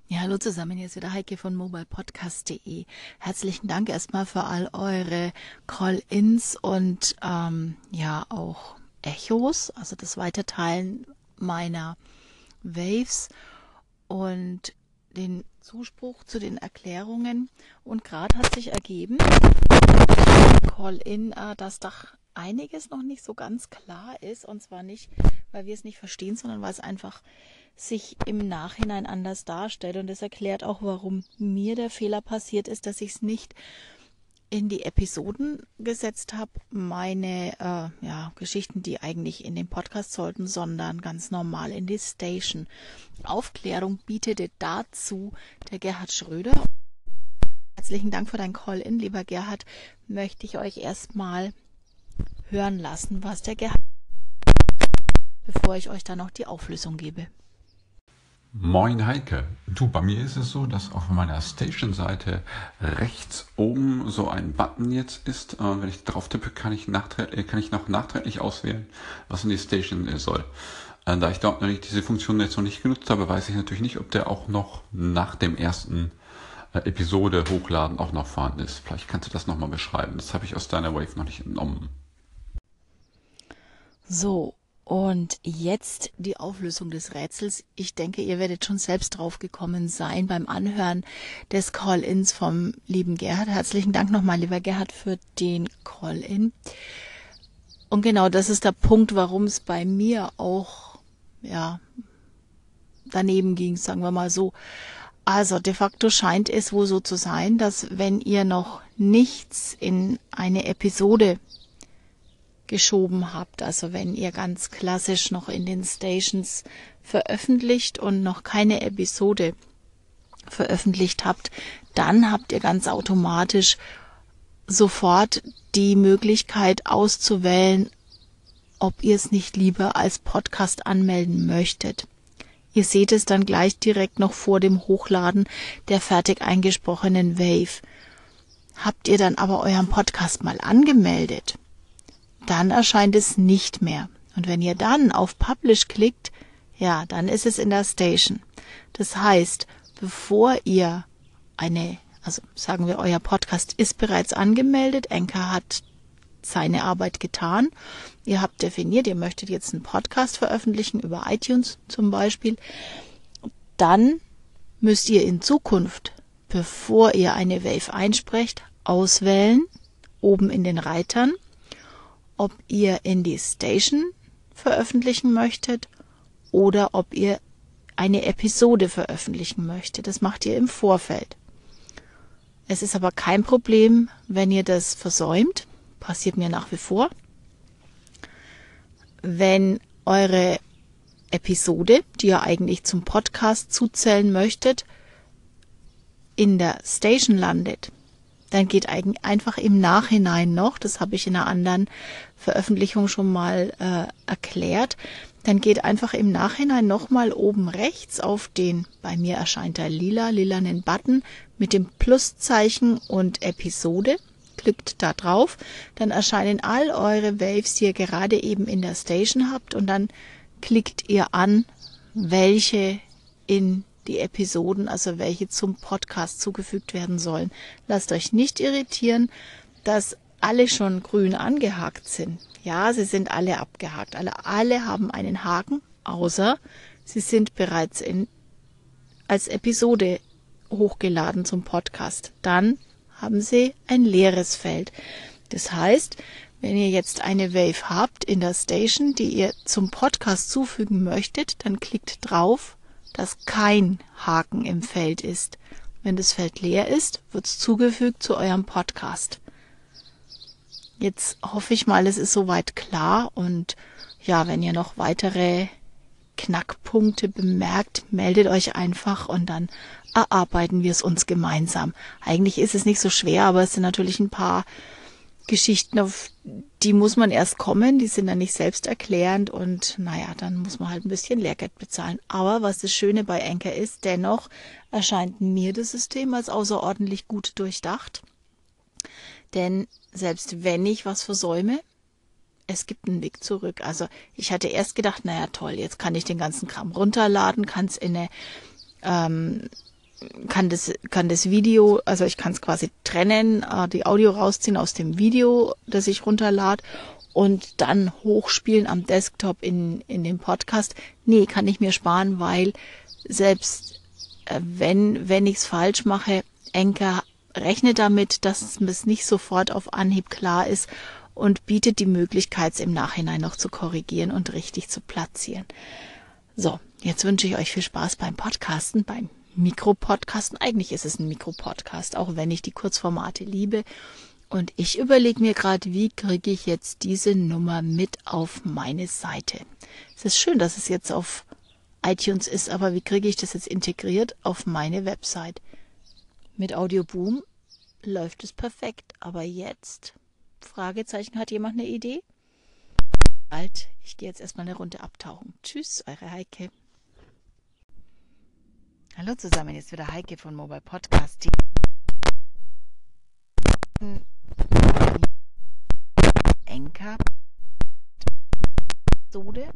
Ja, hallo zusammen, hier ist wieder Heike von mobilepodcast.de. Herzlichen Dank erstmal für all eure Call-ins und ja auch Echos, also das Weiterteilen meiner Waves und den Zuspruch zu den Erklärungen. Und gerade hat sich ergeben, Call-in, dass doch einiges noch nicht so ganz klar ist. Und zwar nicht, weil wir es nicht verstehen, sondern weil es einfach sich im Nachhinein anders darstellt. Und das erklärt auch, warum mir der Fehler passiert ist, dass ich es nicht in die Episoden gesetzt habe, meine Geschichten, die eigentlich in den Podcast sollten, sondern ganz normal in die Station. Aufklärung bietete dazu der Gerhard Schröder. Herzlichen Dank für dein Call-in, lieber Gerhard. Möchte ich euch erstmal hören lassen, was der Gerhard, bevor ich euch dann noch die Auflösung gebe. Moin Heike, du, bei mir ist es so, dass auf meiner Station-Seite rechts oben so ein Button jetzt ist. Wenn ich drauf tippe, kann ich noch nachträglich auswählen, was in die Station soll. Da ich dort noch nicht diese Funktion jetzt noch nicht genutzt habe, weiß ich natürlich nicht, ob der auch noch nach dem ersten Episode hochladen auch noch vorhanden ist. Vielleicht kannst du das nochmal beschreiben. Das habe ich aus deiner Wave noch nicht entnommen. So. Und jetzt die Auflösung des Rätsels. Ich denke, ihr werdet schon selbst drauf gekommen sein beim Anhören des Call-ins vom lieben Gerhard. Herzlichen Dank nochmal, lieber Gerhard, für den Call-in. Und genau das ist der Punkt, warum es bei mir auch daneben ging, sagen wir mal so. Also de facto scheint es wohl so zu sein, dass wenn ihr noch nichts in eine Episode geschoben habt, also wenn ihr ganz klassisch noch in den Stations veröffentlicht und noch keine Episode veröffentlicht habt, dann habt ihr ganz automatisch sofort die Möglichkeit auszuwählen, ob ihr es nicht lieber als Podcast anmelden möchtet. Ihr seht es dann gleich direkt noch vor dem Hochladen der fertig eingesprochenen Wave. Habt ihr dann aber euren Podcast mal angemeldet, dann erscheint es nicht mehr. Und wenn ihr dann auf Publish klickt, ja, dann ist es in der Station. Das heißt, bevor ihr sagen wir, euer Podcast ist bereits angemeldet, Anchor hat seine Arbeit getan, ihr habt definiert, ihr möchtet jetzt einen Podcast veröffentlichen über iTunes zum Beispiel, dann müsst ihr in Zukunft, bevor ihr eine Wave einsprecht, auswählen, oben in den Reitern, ob ihr in die Station veröffentlichen möchtet oder ob ihr eine Episode veröffentlichen möchtet. Das macht ihr im Vorfeld. Es ist aber kein Problem, wenn ihr das versäumt. Passiert mir nach wie vor. Wenn eure Episode, die ihr eigentlich zum Podcast zuzählen möchtet, in der Station landet, dann geht einfach im Nachhinein noch, das habe ich in einer anderen Veröffentlichung schon mal erklärt, dann geht einfach im Nachhinein nochmal oben rechts auf den, bei mir erscheint der lilanen Button mit dem Pluszeichen und Episode, klickt da drauf, dann erscheinen all eure Waves, die ihr gerade eben in der Station habt und dann klickt ihr an, welche in die Episoden, also welche zum Podcast zugefügt werden sollen. Lasst euch nicht irritieren, dass alle schon grün angehakt sind. Ja, sie sind alle abgehakt. Alle haben einen Haken, außer sie sind bereits als Episode hochgeladen zum Podcast. Dann haben sie ein leeres Feld. Das heißt, wenn ihr jetzt eine Wave habt in der Station, die ihr zum Podcast zufügen möchtet, dann klickt drauf, dass kein Haken im Feld ist. Wenn das Feld leer ist, wird es zugefügt zu eurem Podcast. Jetzt hoffe ich mal, es ist soweit klar und ja, wenn ihr noch weitere Knackpunkte bemerkt, meldet euch einfach und dann erarbeiten wir es uns gemeinsam. Eigentlich ist es nicht so schwer, aber es sind natürlich ein paar Geschichten, auf die muss man erst kommen, die sind dann nicht selbsterklärend und dann muss man halt ein bisschen Lehrgeld bezahlen. Aber was das Schöne bei Anchor ist, dennoch erscheint mir das System als außerordentlich gut durchdacht. Denn selbst wenn ich was versäume, es gibt einen Weg zurück. Also ich hatte erst gedacht, toll, jetzt kann ich den ganzen Kram runterladen, kann es in eine kann das Video, also ich kann es quasi trennen, die Audio rausziehen aus dem Video, das ich runterlade und dann hochspielen am Desktop in den Podcast. Nee, kann ich mir sparen, weil selbst wenn ich es falsch mache, Anchor rechnet damit, dass es nicht sofort auf Anhieb klar ist und bietet die Möglichkeit, es im Nachhinein noch zu korrigieren und richtig zu platzieren. So, jetzt wünsche ich euch viel Spaß beim Podcasten, beim Mikropodcasten. Eigentlich ist es ein Mikropodcast, auch wenn ich die Kurzformate liebe. Und ich überlege mir gerade, wie kriege ich jetzt diese Nummer mit auf meine Seite. Es ist schön, dass es jetzt auf iTunes ist, aber wie kriege ich das jetzt integriert auf meine Website? Mit Audioboom läuft es perfekt, aber jetzt, Fragezeichen, hat jemand eine Idee? Bald, ich gehe jetzt erstmal eine Runde abtauchen. Tschüss, eure Heike. Hallo zusammen, jetzt wieder Heike von Mobile Podcast. Anchor Episode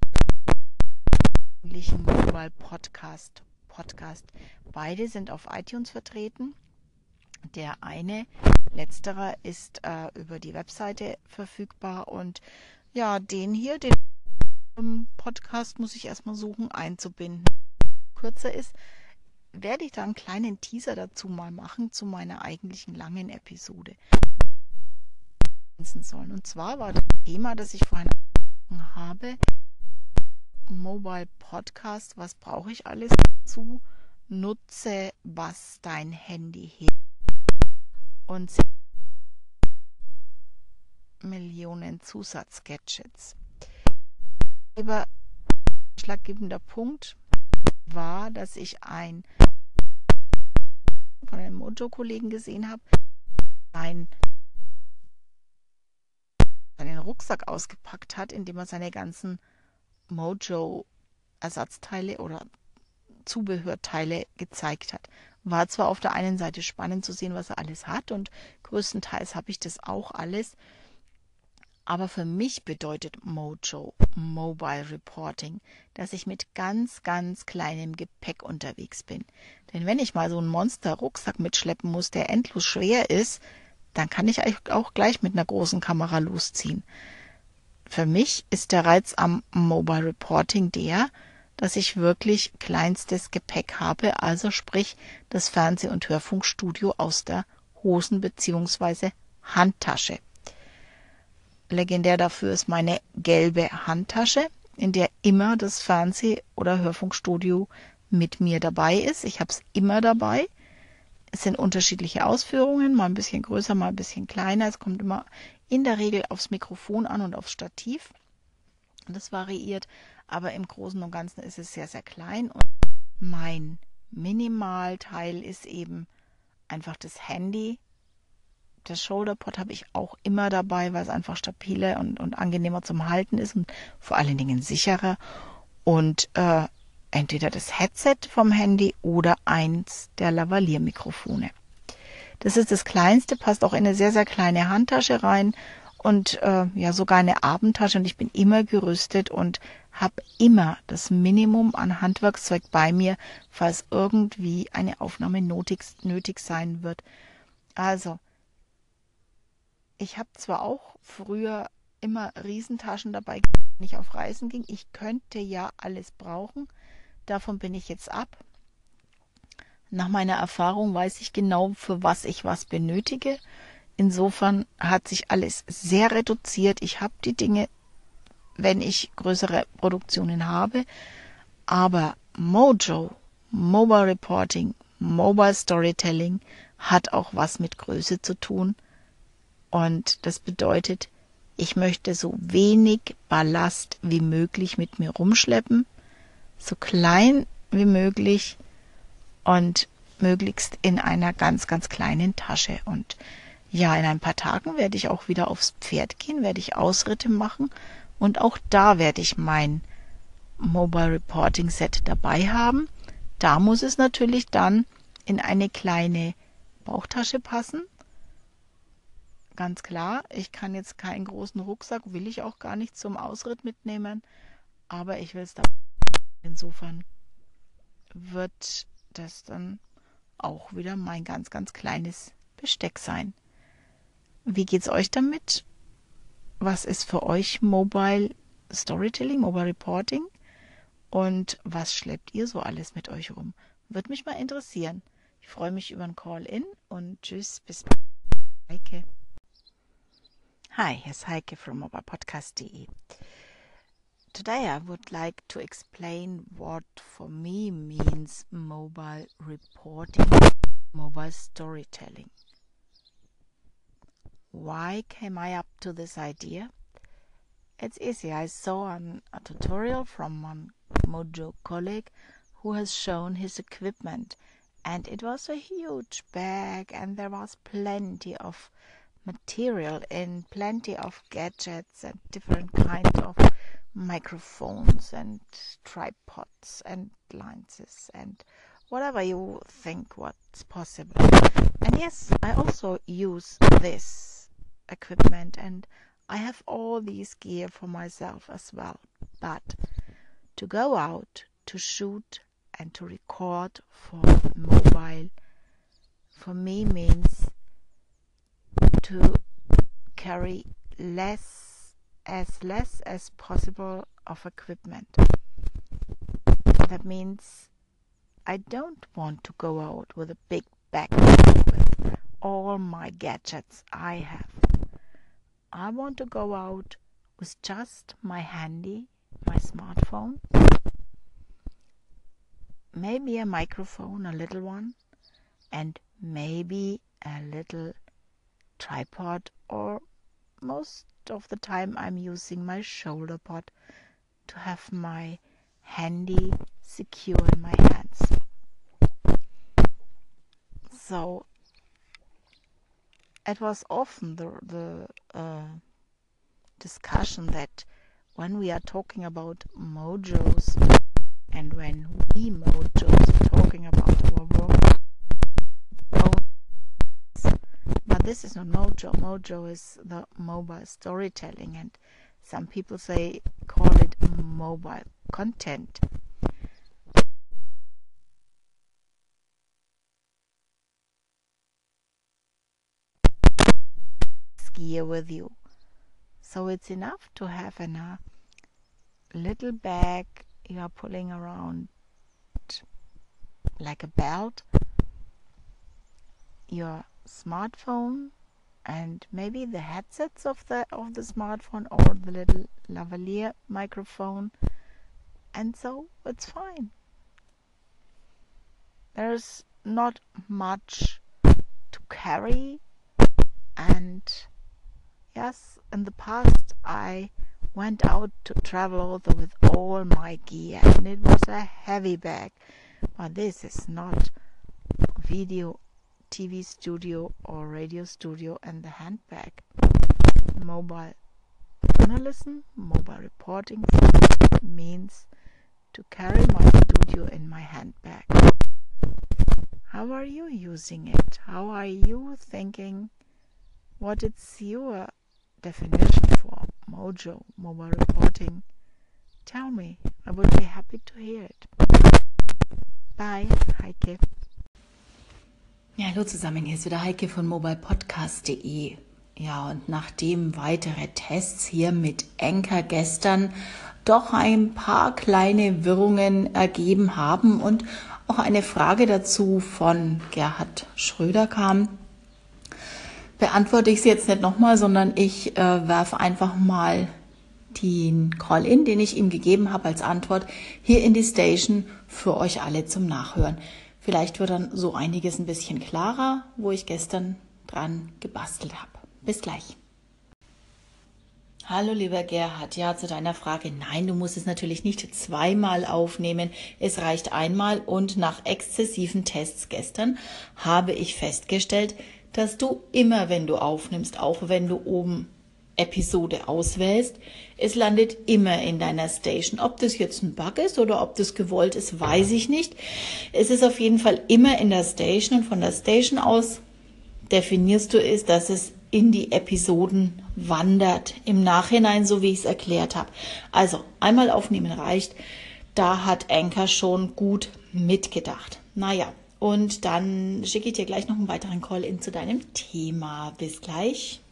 Mobile Podcast. Beide sind auf iTunes vertreten. Der eine, letzterer, ist über die Webseite verfügbar und ja, den Podcast muss ich erstmal suchen, einzubinden. Kürzer ist, werde ich da einen kleinen Teaser dazu mal machen zu meiner eigentlichen langen Episode. Und zwar war das Thema, das ich vorhin angesprochen habe, Mobile Podcast, was brauche ich alles dazu? Nutze, was dein Handy hilft. Und Millionen Zusatzgadgets. Aber ausschlaggebender Punkt war, dass ich von einem Mojo-Kollegen gesehen habe, seinen Rucksack ausgepackt hat, indem er seine ganzen Mojo-Ersatzteile oder Zubehörteile gezeigt hat. War zwar auf der einen Seite spannend zu sehen, was er alles hat und größtenteils habe ich das auch alles, aber für mich bedeutet Mojo, Mobile Reporting, dass ich mit ganz, ganz kleinem Gepäck unterwegs bin. Denn wenn ich mal so einen Monster-Rucksack mitschleppen muss, der endlos schwer ist, dann kann ich auch gleich mit einer großen Kamera losziehen. Für mich ist der Reiz am Mobile Reporting dass ich wirklich kleinstes Gepäck habe, also sprich das Fernseh- und Hörfunkstudio aus der Hosen- bzw. Handtasche. Legendär dafür ist meine gelbe Handtasche, in der immer das Fernseh- oder Hörfunkstudio mit mir dabei ist. Ich habe es immer dabei. Es sind unterschiedliche Ausführungen, mal ein bisschen größer, mal ein bisschen kleiner. Es kommt immer in der Regel aufs Mikrofon an und aufs Stativ. Das variiert, aber im Großen und Ganzen ist es sehr, sehr klein. Und mein Minimalteil ist eben einfach das Handy. Das Shoulderpod habe ich auch immer dabei, weil es einfach stabiler und angenehmer zum Halten ist und vor allen Dingen sicherer. Und entweder das Headset vom Handy oder eins der Lavalier-Mikrofone. Das ist das Kleinste, passt auch in eine sehr, sehr kleine Handtasche rein und sogar eine Abendtasche. Und ich bin immer gerüstet und habe immer das Minimum an Handwerkszeug bei mir, falls irgendwie eine Aufnahme nötig sein wird. Also, ich habe zwar auch früher immer Riesentaschen dabei, wenn ich auf Reisen ging. Ich könnte ja alles brauchen. Davon bin ich jetzt ab. Nach meiner Erfahrung weiß ich genau, für was ich was benötige. Insofern hat sich alles sehr reduziert. Ich habe die Dinge, wenn ich größere Produktionen habe. Aber Mojo, Mobile Reporting, Mobile Storytelling hat auch was mit Größe zu tun. Und das bedeutet, ich möchte so wenig Ballast wie möglich mit mir rumschleppen, so klein wie möglich und möglichst in einer ganz, ganz kleinen Tasche. Und ja, in ein paar Tagen werde ich auch wieder aufs Pferd gehen, werde ich Ausritte machen und auch da werde ich mein Mobile Reporting Set dabei haben. Da muss es natürlich dann in eine kleine Bauchtasche passen. Ganz klar, ich kann jetzt keinen großen Rucksack, will ich auch gar nicht zum Ausritt mitnehmen, aber ich will es da. Insofern wird das dann auch wieder mein ganz, ganz kleines Besteck sein. Wie geht's euch damit? Was ist für euch Mobile Storytelling, Mobile Reporting? Und was schleppt ihr so alles mit euch rum? Würde mich mal interessieren. Ich freue mich über ein Call-in und tschüss, bis bald. Heike. Hi, here's Heike from mobilepodcast.de. Today I would like to explain what for me means mobile reporting, mobile storytelling. Why came I up to this idea? It's easy. I saw a tutorial from one Mojo colleague who has shown his equipment, and it was a huge bag and there was plenty of material in, plenty of gadgets and different kinds of microphones and tripods and lenses and whatever you think what's possible. And yes, I also use this equipment and I have all these gear for myself as well. But to go out, to shoot and to record for mobile, for me means to carry less as possible of equipment. That means I don't want to go out with a big backpack with all my gadgets I have. I want to go out with just my handy, my smartphone, maybe a microphone, a little one, and maybe a little tripod, or most of the time I'm using my shoulder pod to have my handy secure in my hands. So it was often the discussion that when we are talking about Mojos and when we Mojos are talking about our work, but this is not Mojo. Mojo is the mobile storytelling, and some people call it mobile content. Gear with you. So it's enough to have in a little bag you are pulling around like a belt, your smartphone and maybe the headsets of the smartphone or the little lavalier microphone, and so it's fine. There's not much to carry, and yes, in the past I went out to travel with all my gear and it was a heavy bag, but this is not video, TV studio or radio studio and the handbag. Mobile journalism, mobile reporting means to carry my studio in my handbag. How are you using it? How are you thinking? What is your definition for Mojo, mobile reporting? Tell me. I would be happy to hear it. Bye, Heike. Ja, hallo zusammen, hier ist wieder Heike von mobilepodcast.de. Ja, und nachdem weitere Tests hier mit Anchor gestern doch ein paar kleine Wirrungen ergeben haben und auch eine Frage dazu von Gerhard Schröder kam, beantworte ich sie jetzt nicht nochmal, sondern ich werfe einfach mal den Call-in, den ich ihm gegeben habe als Antwort, hier in die Station für euch alle zum Nachhören. Vielleicht wird dann so einiges ein bisschen klarer, wo ich gestern dran gebastelt habe. Bis gleich. Hallo lieber Gerhard, ja, zu deiner Frage. Nein, du musst es natürlich nicht zweimal aufnehmen. Es reicht einmal, und nach exzessiven Tests gestern habe ich festgestellt, dass du immer, wenn du aufnimmst, auch wenn du oben Episode auswählst, es landet immer in deiner Station. Ob das jetzt ein Bug ist oder ob das gewollt ist, weiß ich nicht. Es ist auf jeden Fall immer in der Station, und von der Station aus definierst du es, dass es in die Episoden wandert. Im Nachhinein, so wie ich es erklärt habe. Also einmal aufnehmen reicht. Da hat Anchor schon gut mitgedacht. Naja, Und dann schicke ich dir gleich noch einen weiteren Call-in zu deinem Thema. Bis gleich.